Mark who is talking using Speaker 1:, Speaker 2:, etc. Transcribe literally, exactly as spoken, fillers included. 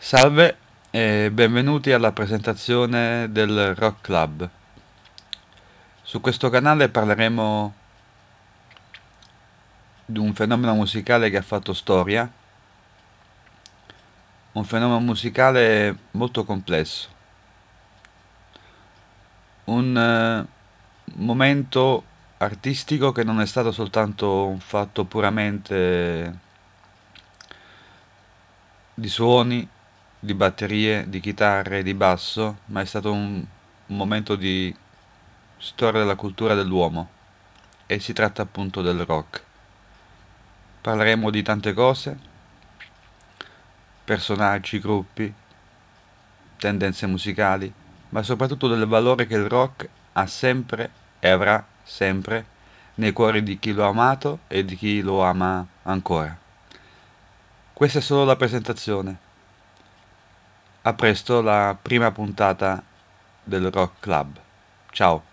Speaker 1: Salve e benvenuti alla presentazione del Rock Club. Su questo canale parleremo di un fenomeno musicale che ha fatto storia, un fenomeno musicale molto complesso, un eh, momento artistico che non è stato soltanto un fatto puramente di suoni, di batterie, di chitarre, di basso, ma è stato un, un momento di storia della cultura dell'uomo e si tratta appunto del rock. Parleremo di tante cose, personaggi, gruppi, tendenze musicali, ma soprattutto del valore che il rock ha sempre e avrà sempre nei cuori di chi lo ha amato e di chi lo ama ancora. Questa è solo la presentazione. A presto la prima puntata del Rock Club. Ciao.